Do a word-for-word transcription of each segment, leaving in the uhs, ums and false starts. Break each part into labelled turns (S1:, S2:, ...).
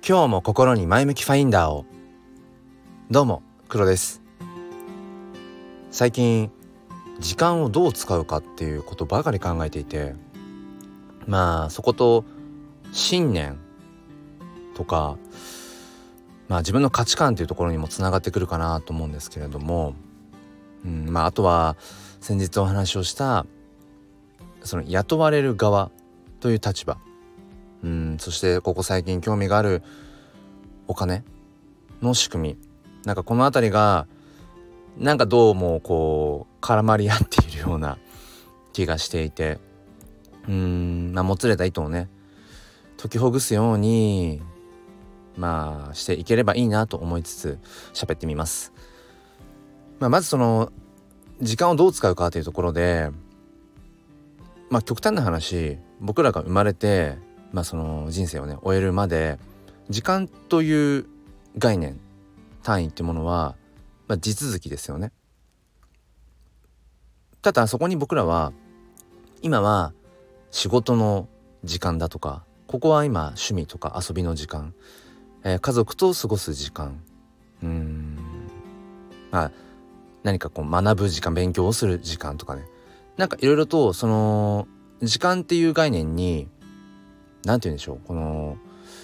S1: 今日も心に前向きファインダーを。どうも黒です。最近時間をどう使うかっていうことばかり考えていて、まあそこと信念とか、まあ自分の価値観っていうところにもつながってくるかなと思うんですけれども、うん、まああとは先日お話をしたその雇われる側という立場、うん、そしてここ最近興味があるお金の仕組み、なんかこのあたりがなんかどうもこう絡まり合っているような気がしていて、うーん、まあ、もつれた糸をね解きほぐすようにまあしていければいいなと思いつつ喋ってみます。まあ、まずその時間をどう使うかというところで、まあ極端な話、僕らが生まれて、まあ、その人生をね終えるまで時間という概念単位っていうものは、まあ、地続きですよね。ただそこに僕らは今は仕事の時間だとか、ここは今趣味とか遊びの時間、えー、家族と過ごす時間、うーんまあ何かこう学ぶ時間、勉強をする時間とかね、なんかいろいろとその時間っていう概念になんて言うんでしょう、この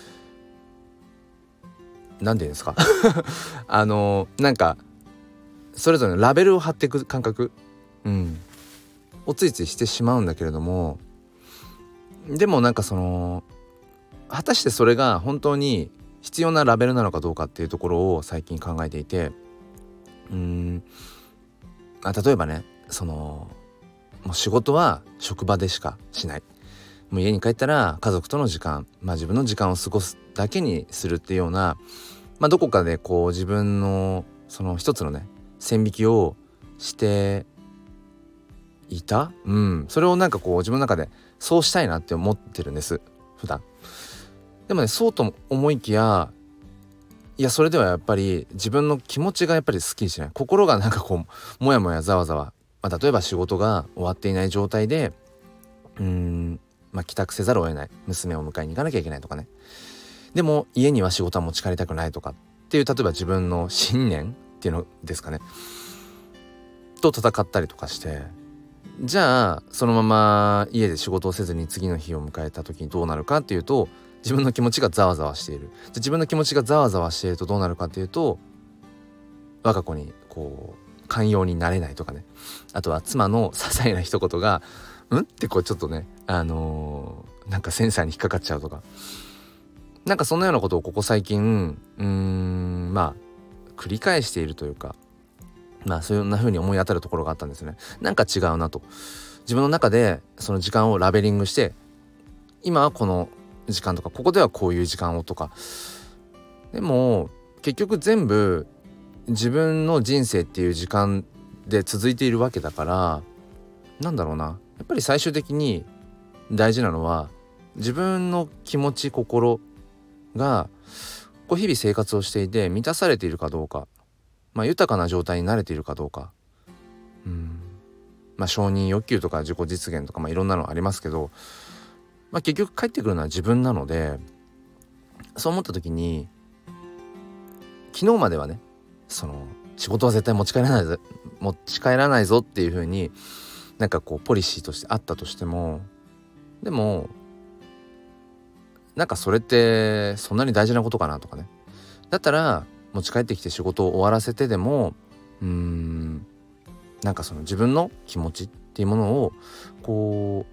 S1: なんて言うんですかあのなんかそれぞれのラベルを貼っていく感覚、うんをついついしてしまうんだけれども、でもなんかその果たしてそれが本当に必要なラベルなのかどうかっていうところを最近考えていて、うーんあ例えばね、そのもう仕事は職場でしかしない、もう家に帰ったら家族との時間、まあ自分の時間を過ごすだけにするっていうような、まあどこかでこう自分のその一つのね線引きをしていた、うん、それをなんかこう自分の中でそうしたいなって思ってるんです普段。でもね、そうと思いきや、いやそれではやっぱり自分の気持ちがやっぱりスッキリしない、心がなんかこうもやもやざわざわ、まあ、例えば仕事が終わっていない状態でうーんまあ帰宅せざるを得ない、娘を迎えに行かなきゃいけないとかね、でも家には仕事は持ち帰りたくないとかっていう、例えば自分の信念っていうのですかねと戦ったりとかして、じゃあそのまま家で仕事をせずに次の日を迎えた時にどうなるかっていうと、自分の気持ちがざわざわしている。じゃ自分の気持ちがざわざわしているとどうなるかっていうと、我が子にこう寛容になれないとかね、あとは妻の些細な一言がんってこうちょっとねあのー、なんかセンサーに引っかかっちゃうとか、なんかそんなようなことをここ最近うーんまあ繰り返しているというか、まあそういうな風に思い当たるところがあったんですね。なんか違うなと、自分の中でその時間をラベリングして、今はこの時間とかここではこういう時間をとか、でも結局全部自分の人生っていう時間で続いているわけだから、なんだろうな、やっぱり最終的に大事なのは自分の気持ち心がこう日々生活をしていて満たされているかどうか、まあ、豊かな状態に慣れているかどうか、うんまあ承認欲求とか自己実現とか、まあ、いろんなのありますけど、まあ、結局帰ってくるのは自分なので、そう思った時に昨日まではね、その仕事は絶対持ち帰らないぞ持ち帰らないぞっていう風になんかこうポリシーとしてあったとしても、でもなんかそれってそんなに大事なことかなとかね、だったら持ち帰ってきて仕事を終わらせてでもうーんなんかその自分の気持ちっていうものをこ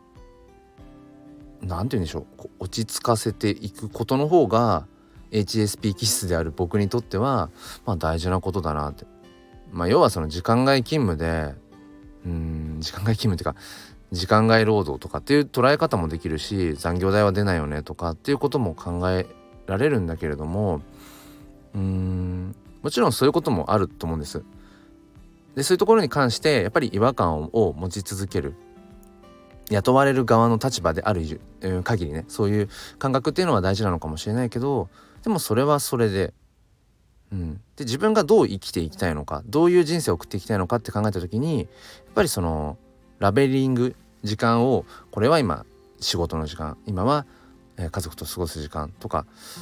S1: うなんて言うんでしょう、こう落ち着かせていくことの方が エイチエスピー 気質である僕にとってはまあ大事なことだなって。まあ要はその時間外勤務でうーん時間外勤務っていうか時間外労働とかっていう捉え方もできるし、残業代は出ないよねとかっていうことも考えられるんだけれども、うーんもちろんそういうこともあると思うんです。でそういうところに関してやっぱり違和感を持ち続ける、雇われる側の立場である限りね、そういう感覚っていうのは大事なのかもしれないけど、でもそれはそれで、うん、で自分がどう生きていきたいのか、どういう人生を送っていきたいのかって考えた時に、やっぱりそのラベリング、時間をこれは今仕事の時間、今は家族と過ごす時間とか、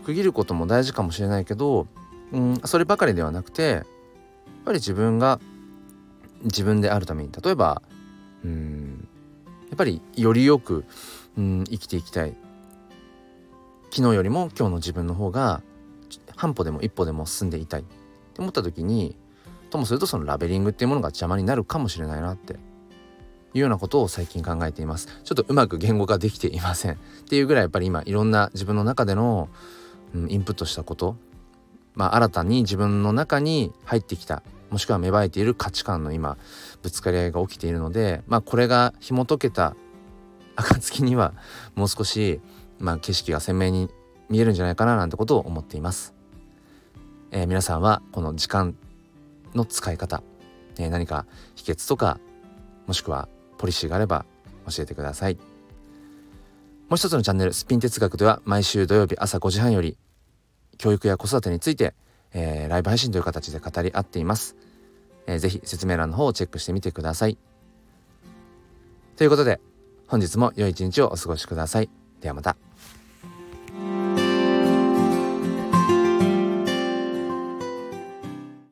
S1: 区切ることも大事かもしれないけど、うん、そればかりではなくて、やっぱり自分が自分であるために、例えばうんやっぱりよりよくうん生きていきたい、昨日よりも今日の自分の方が半歩でも一歩でも進んでいたいって思った時に、ともするとそのラベリングっていうものが邪魔になるかもしれないなっていうようなことを最近考えています。ちょっとうまく言語化できていませんっていうぐらい、やっぱり今いろんな自分の中での、うん、インプットしたこと、まあ新たに自分の中に入ってきた、もしくは芽生えている価値観の今ぶつかり合いが起きているので、まあこれが紐解けた暁にはもう少し、まあ、景色が鮮明に見えるんじゃないかななんてことを思っています。えー、皆さんはこの時間の使い方、えー、何か秘訣とかもしくはポリシーがあれば教えてください。もう一つのチャンネルスピン哲学では毎週土曜日朝ごじはんより教育や子育てについて、えー、ライブ配信という形で語り合っています。えー、ぜひ説明欄の方をチェックしてみてください。ということで本日も良い一日をお過ごしください。ではまた。